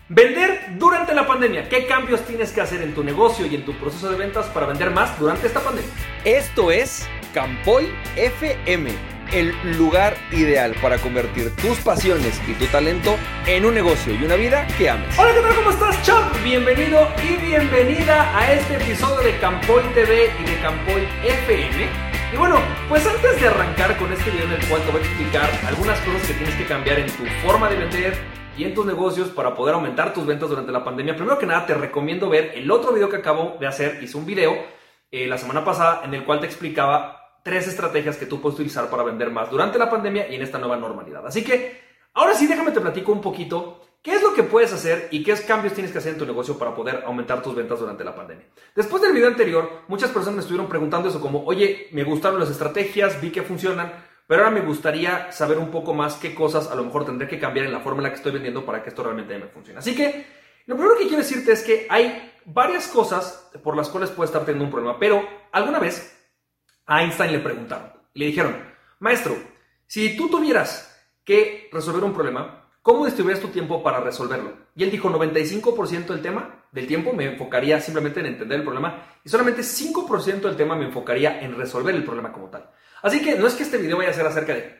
Vender durante la pandemia. ¿Qué cambios tienes que hacer en tu negocio y en tu proceso de ventas para vender más durante esta pandemia? Esto es Campoy FM, el lugar ideal para convertir tus pasiones y tu talento en un negocio y una vida que ames. Hola, ¿qué tal? ¿Cómo estás, champ? Bienvenido y bienvenida a este episodio de Campoy TV y de Campoy FM. Y bueno, pues antes de arrancar con este video en el cual te voy a explicar algunas cosas que tienes que cambiar en tu forma de vender y en tus negocios para poder aumentar tus ventas durante la pandemia, primero que nada te recomiendo ver el otro video que acabo de hacer. Hice un video la semana pasada en el cual te explicaba 3 estrategias que tú puedes utilizar para vender más durante la pandemia y en esta nueva normalidad. Así que ahora sí, déjame te platico un poquito qué es lo que puedes hacer y qué cambios tienes que hacer en tu negocio para poder aumentar tus ventas durante la pandemia. Después del video anterior, muchas personas me estuvieron preguntando eso como, oye, me gustaron las estrategias, vi que funcionan, pero ahora me gustaría saber un poco más qué cosas a lo mejor tendré que cambiar en la forma en la que estoy vendiendo para que esto realmente me funcione. Así que lo primero que quiero decirte es que hay varias cosas por las cuales puedes estar teniendo un problema, pero alguna vez a Einstein le preguntaron, le dijeron, maestro, si tú tuvieras que resolver un problema, ¿cómo distribuirías tu tiempo para resolverlo? Y él dijo, 95% del tiempo me enfocaría simplemente en entender el problema y solamente 5% del tema me enfocaría en resolver el problema como tal. Así que no es que este video vaya a ser acerca de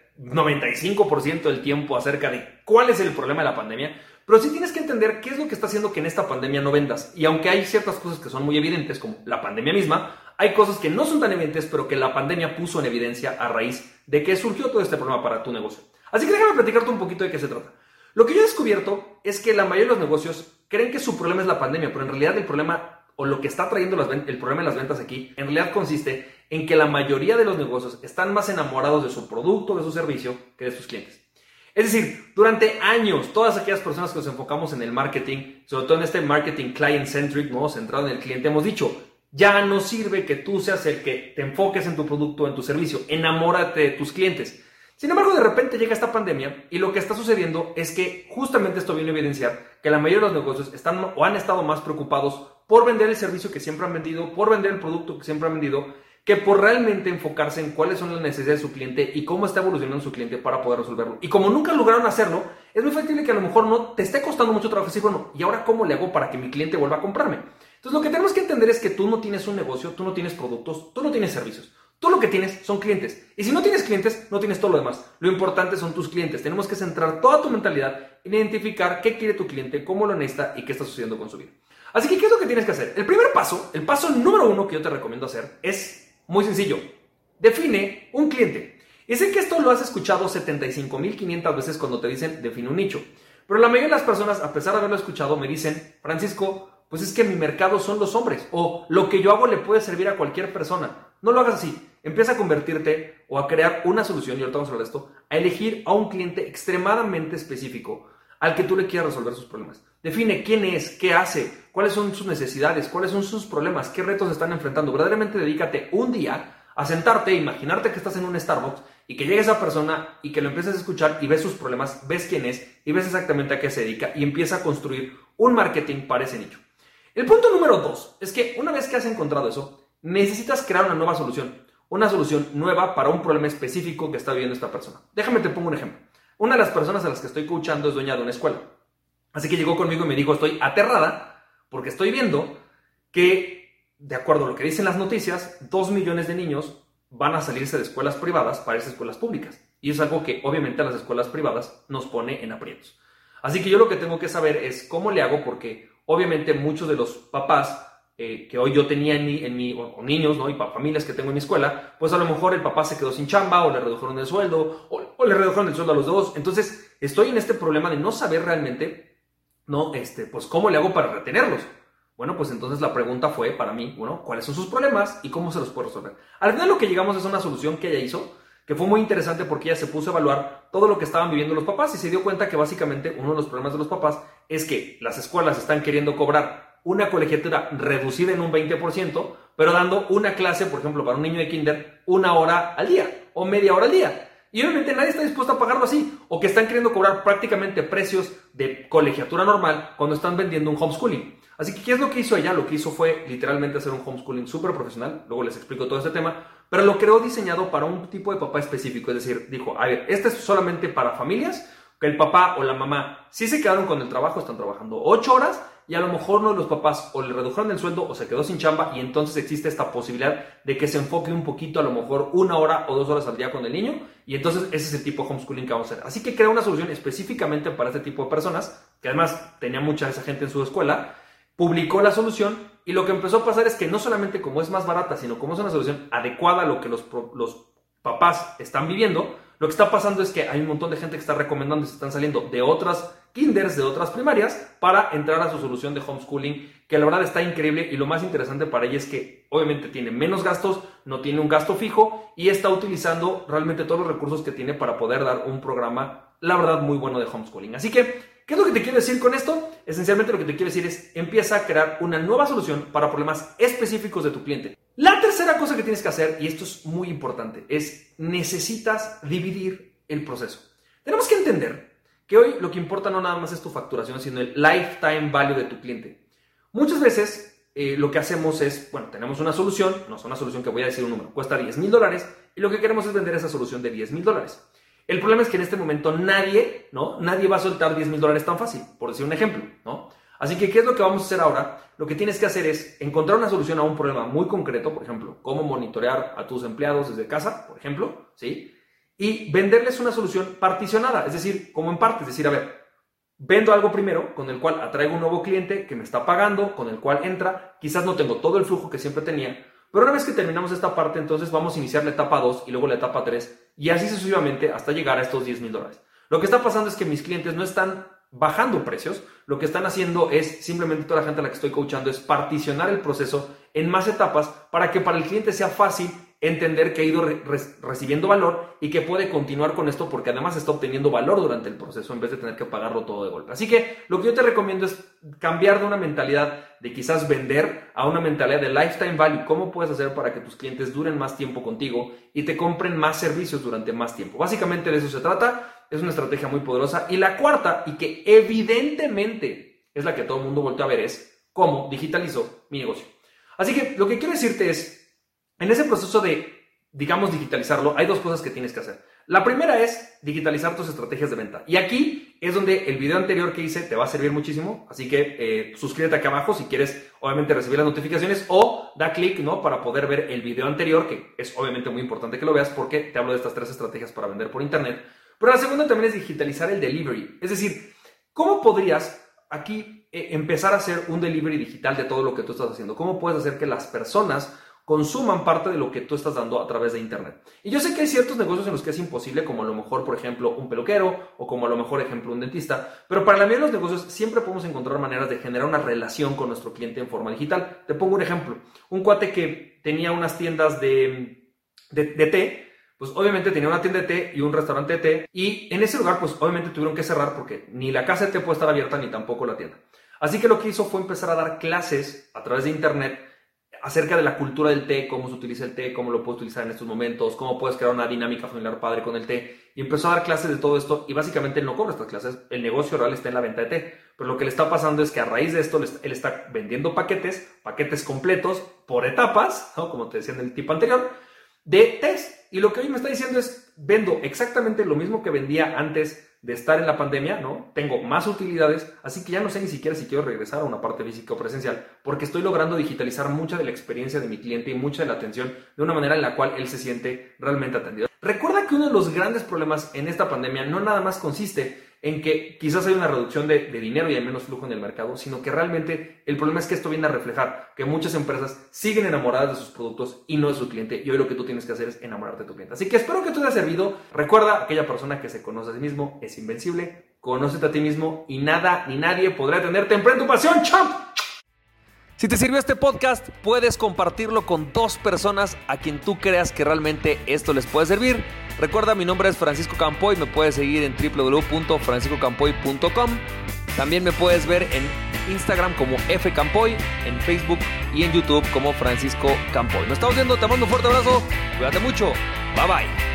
95% del tiempo acerca de cuál es el problema de la pandemia, pero sí tienes que entender qué es lo que está haciendo que en esta pandemia no vendas. Y aunque hay ciertas cosas que son muy evidentes, como la pandemia misma, hay cosas que no son tan evidentes, pero que la pandemia puso en evidencia a raíz de que surgió todo este problema para tu negocio. Así que déjame platicarte un poquito de qué se trata. Lo que yo he descubierto es que la mayoría de los negocios creen que su problema es la pandemia, pero en realidad el problema o lo que está trayendo el problema de las ventas aquí, en realidad consiste en que la mayoría de los negocios están más enamorados de su producto, de su servicio, que de sus clientes. Es decir, durante años, todas aquellas personas que nos enfocamos en el marketing, sobre todo en este marketing client-centric, ¿no? Centrado en el cliente, hemos dicho, ya no sirve que tú seas el que te enfoques en tu producto, en tu servicio, enamórate de tus clientes. Sin embargo, de repente llega esta pandemia y lo que está sucediendo es que justamente esto viene a evidenciar que la mayoría de los negocios están o han estado más preocupados por vender el servicio que siempre han vendido, por vender el producto que siempre han vendido, que por realmente enfocarse en cuáles son las necesidades de su cliente y cómo está evolucionando su cliente para poder resolverlo. Y como nunca lograron hacerlo, es muy factible que a lo mejor no te esté costando mucho trabajo decir, bueno, ¿y ahora cómo le hago para que mi cliente vuelva a comprarme? Entonces lo que tenemos que entender es que tú no tienes un negocio, tú no tienes productos, tú no tienes servicios. Tú lo que tienes son clientes. Y si no tienes clientes, no tienes todo lo demás. Lo importante son tus clientes. Tenemos que centrar toda tu mentalidad en identificar qué quiere tu cliente, cómo lo necesita y qué está sucediendo con su vida. Así que, ¿qué es lo que tienes que hacer? El primer paso, el paso número 1 que yo te recomiendo hacer es muy sencillo. Define un cliente. Y sé que esto lo has escuchado 75,500 veces cuando te dicen define un nicho. Pero la mayoría de las personas, a pesar de haberlo escuchado, me dicen, Francisco, pues es que mi mercado son los hombres. O lo que yo hago le puede servir a cualquier persona. No lo hagas así. Empieza a convertirte o a crear una solución, y ahorita vamos a hablar de esto, a elegir a un cliente extremadamente específico al que tú le quieras resolver sus problemas. Define quién es, qué hace, cuáles son sus necesidades, cuáles son sus problemas, qué retos están enfrentando. Verdaderamente dedícate un día a sentarte, imaginarte que estás en un Starbucks y que llegue esa persona y que lo empieces a escuchar y ves sus problemas, ves quién es y ves exactamente a qué se dedica y empieza a construir un marketing para ese nicho. El punto número 2 es que una vez que has encontrado eso, necesitas crear una nueva solución nueva para un problema específico que está viviendo esta persona. Déjame te pongo un ejemplo. Una de las personas a las que estoy coachando es dueña de una escuela. Así que llegó conmigo y me dijo, estoy aterrada porque estoy viendo que, de acuerdo a lo que dicen las noticias, 2 millones de niños van a salirse de escuelas privadas para irse a escuelas públicas. Y es algo que obviamente a las escuelas privadas nos pone en aprietos. Así que yo lo que tengo que saber es cómo le hago porque obviamente muchos de los papás que hoy yo tenía o niños, ¿no? Y familias que tengo en mi escuela, pues a lo mejor el papá se quedó sin chamba o le redujeron el sueldo o le redujeron el sueldo a los dos. Entonces estoy en este problema de no saber realmente, ¿no? Pues cómo le hago para retenerlos. Bueno, pues entonces la pregunta fue para mí, bueno, ¿cuáles son sus problemas y cómo se los puedo resolver? Al final lo que llegamos es una solución que ella hizo, que fue muy interesante porque ella se puso a evaluar todo lo que estaban viviendo los papás y se dio cuenta que básicamente uno de los problemas de los papás es que las escuelas están queriendo cobrar una colegiatura reducida en un 20%, pero dando una clase, por ejemplo, para un niño de kinder, 1 hora al día o media hora al día. Y obviamente nadie está dispuesto a pagarlo así, o que están queriendo cobrar prácticamente precios de colegiatura normal cuando están vendiendo un homeschooling. Así que, ¿qué es lo que hizo ella? Lo que hizo fue literalmente hacer un homeschooling súper profesional, luego les explico todo este tema, pero lo creó diseñado para un tipo de papá específico, es decir, dijo, a ver, este es solamente para familias que el papá o la mamá sí se quedaron con el trabajo, están trabajando 8 horas y a lo mejor uno de los papás o le redujeron el sueldo o se quedó sin chamba y entonces existe esta posibilidad de que se enfoque un poquito, a lo mejor 1 hora o 2 horas al día con el niño y entonces ese es el tipo de homeschooling que vamos a hacer. Así que crea una solución específicamente para este tipo de personas, que además tenía mucha esa gente en su escuela, publicó la solución y lo que empezó a pasar es que no solamente como es más barata, sino como es una solución adecuada a lo que los papás están viviendo, lo que está pasando es que hay un montón de gente que está recomendando y se están saliendo de otras kinders, de otras primarias, para entrar a su solución de homeschooling, que la verdad está increíble y lo más interesante para ella es que obviamente tiene menos gastos, no tiene un gasto fijo y está utilizando realmente todos los recursos que tiene para poder dar un programa, la verdad, muy bueno de homeschooling. Así que, ¿qué es lo que te quiero decir con esto? Esencialmente lo que te quiero decir es, empieza a crear una nueva solución para problemas específicos de tu cliente. La tercera cosa que tienes que hacer, y esto es muy importante, es necesitas dividir el proceso. Tenemos que entender que hoy lo que importa no nada más es tu facturación, sino el lifetime value de tu cliente. Muchas veces lo que hacemos es, bueno, tenemos una solución, no es una solución que voy a decir un número, cuesta $10,000 y lo que queremos es vender esa solución de $10,000. El problema es que en este momento nadie va a soltar $10,000 tan fácil, por decir un ejemplo, ¿no? Así que, ¿qué es lo que vamos a hacer ahora? Lo que tienes que hacer es encontrar una solución a un problema muy concreto, por ejemplo, cómo monitorear a tus empleados desde casa, por ejemplo, ¿sí? Y venderles una solución particionada, es decir, como en partes, es decir, a ver, vendo algo primero con el cual atraigo un nuevo cliente que me está pagando, con el cual entra, quizás no tengo todo el flujo que siempre tenía, pero una vez que terminamos esta parte, entonces vamos a iniciar la etapa 2 y luego la etapa 3 y así sucesivamente hasta llegar a estos $10,000. Lo que está pasando es que mis clientes no están bajando precios, lo que están haciendo es simplemente toda la gente a la que estoy coachando es particionar el proceso en más etapas para que para el cliente sea fácil entender que ha ido recibiendo valor y que puede continuar con esto porque además está obteniendo valor durante el proceso en vez de tener que pagarlo todo de golpe. Así que lo que yo te recomiendo es cambiar de una mentalidad de quizás vender a una mentalidad de lifetime value. ¿Cómo puedes hacer para que tus clientes duren más tiempo contigo y te compren más servicios durante más tiempo? Básicamente de eso se trata. Es una estrategia muy poderosa. Y la cuarta, y que evidentemente es la que todo el mundo voltea a ver, es cómo digitalizo mi negocio. Así que lo que quiero decirte es, en ese proceso de, digamos, digitalizarlo, hay 2 cosas que tienes que hacer. La primera es digitalizar tus estrategias de venta. Y aquí es donde el video anterior que hice te va a servir muchísimo. Así que suscríbete aquí abajo si quieres, obviamente, recibir las notificaciones o da clic, ¿no? Para poder ver el video anterior, que es obviamente muy importante que lo veas porque te hablo de estas 3 estrategias para vender por internet. Pero la segunda también es digitalizar el delivery. Es decir, ¿cómo podrías aquí empezar a hacer un delivery digital de todo lo que tú estás haciendo? ¿Cómo puedes hacer que las personas consuman parte de lo que tú estás dando a través de internet? Y yo sé que hay ciertos negocios en los que es imposible, como a lo mejor, por ejemplo, un peluquero o como a lo mejor, ejemplo, un dentista, pero para la mayoría de los negocios siempre podemos encontrar maneras de generar una relación con nuestro cliente en forma digital. Te pongo un ejemplo. Un cuate que tenía unas tiendas de té, pues obviamente tenía una tienda de té y un restaurante de té y en ese lugar pues obviamente tuvieron que cerrar porque ni la casa de té puede estar abierta ni tampoco la tienda. Así que lo que hizo fue empezar a dar clases a través de internet acerca de la cultura del té, cómo se utiliza el té, cómo lo puedes utilizar en estos momentos, cómo puedes crear una dinámica familiar padre con el té y empezó a dar clases de todo esto y básicamente él no cobra estas clases, el negocio real está en la venta de té, pero lo que le está pasando es que a raíz de esto él está vendiendo paquetes completos por etapas, ¿no? Como te decía en el tipo anterior, de tés. Y lo que hoy me está diciendo es, vendo exactamente lo mismo que vendía antes de estar en la pandemia, ¿no? Tengo más utilidades, así que ya no sé ni siquiera si quiero regresar a una parte física o presencial, porque estoy logrando digitalizar mucha de la experiencia de mi cliente y mucha de la atención de una manera en la cual él se siente realmente atendido. Recuerda que uno de los grandes problemas en esta pandemia no nada más consiste en que quizás hay una reducción de dinero y hay menos flujo en el mercado, sino que realmente el problema es que esto viene a reflejar que muchas empresas siguen enamoradas de sus productos y no de su cliente, y hoy lo que tú tienes que hacer es enamorarte de tu cliente. Así que espero que te haya servido. Recuerda, aquella persona que se conoce a sí mismo es invencible. Conócete a ti mismo y nada ni nadie podrá tenerte en tu pasión, champ. Si te sirvió este podcast, puedes compartirlo con 2 personas a quien tú creas que realmente esto les puede servir. Recuerda, mi nombre es Francisco Campoy, me puedes seguir en www.franciscocampoy.com. También me puedes ver en Instagram como fcampoy, en Facebook y en YouTube como Francisco Campoy. Nos estamos viendo, te mando un fuerte abrazo, cuídate mucho, bye bye.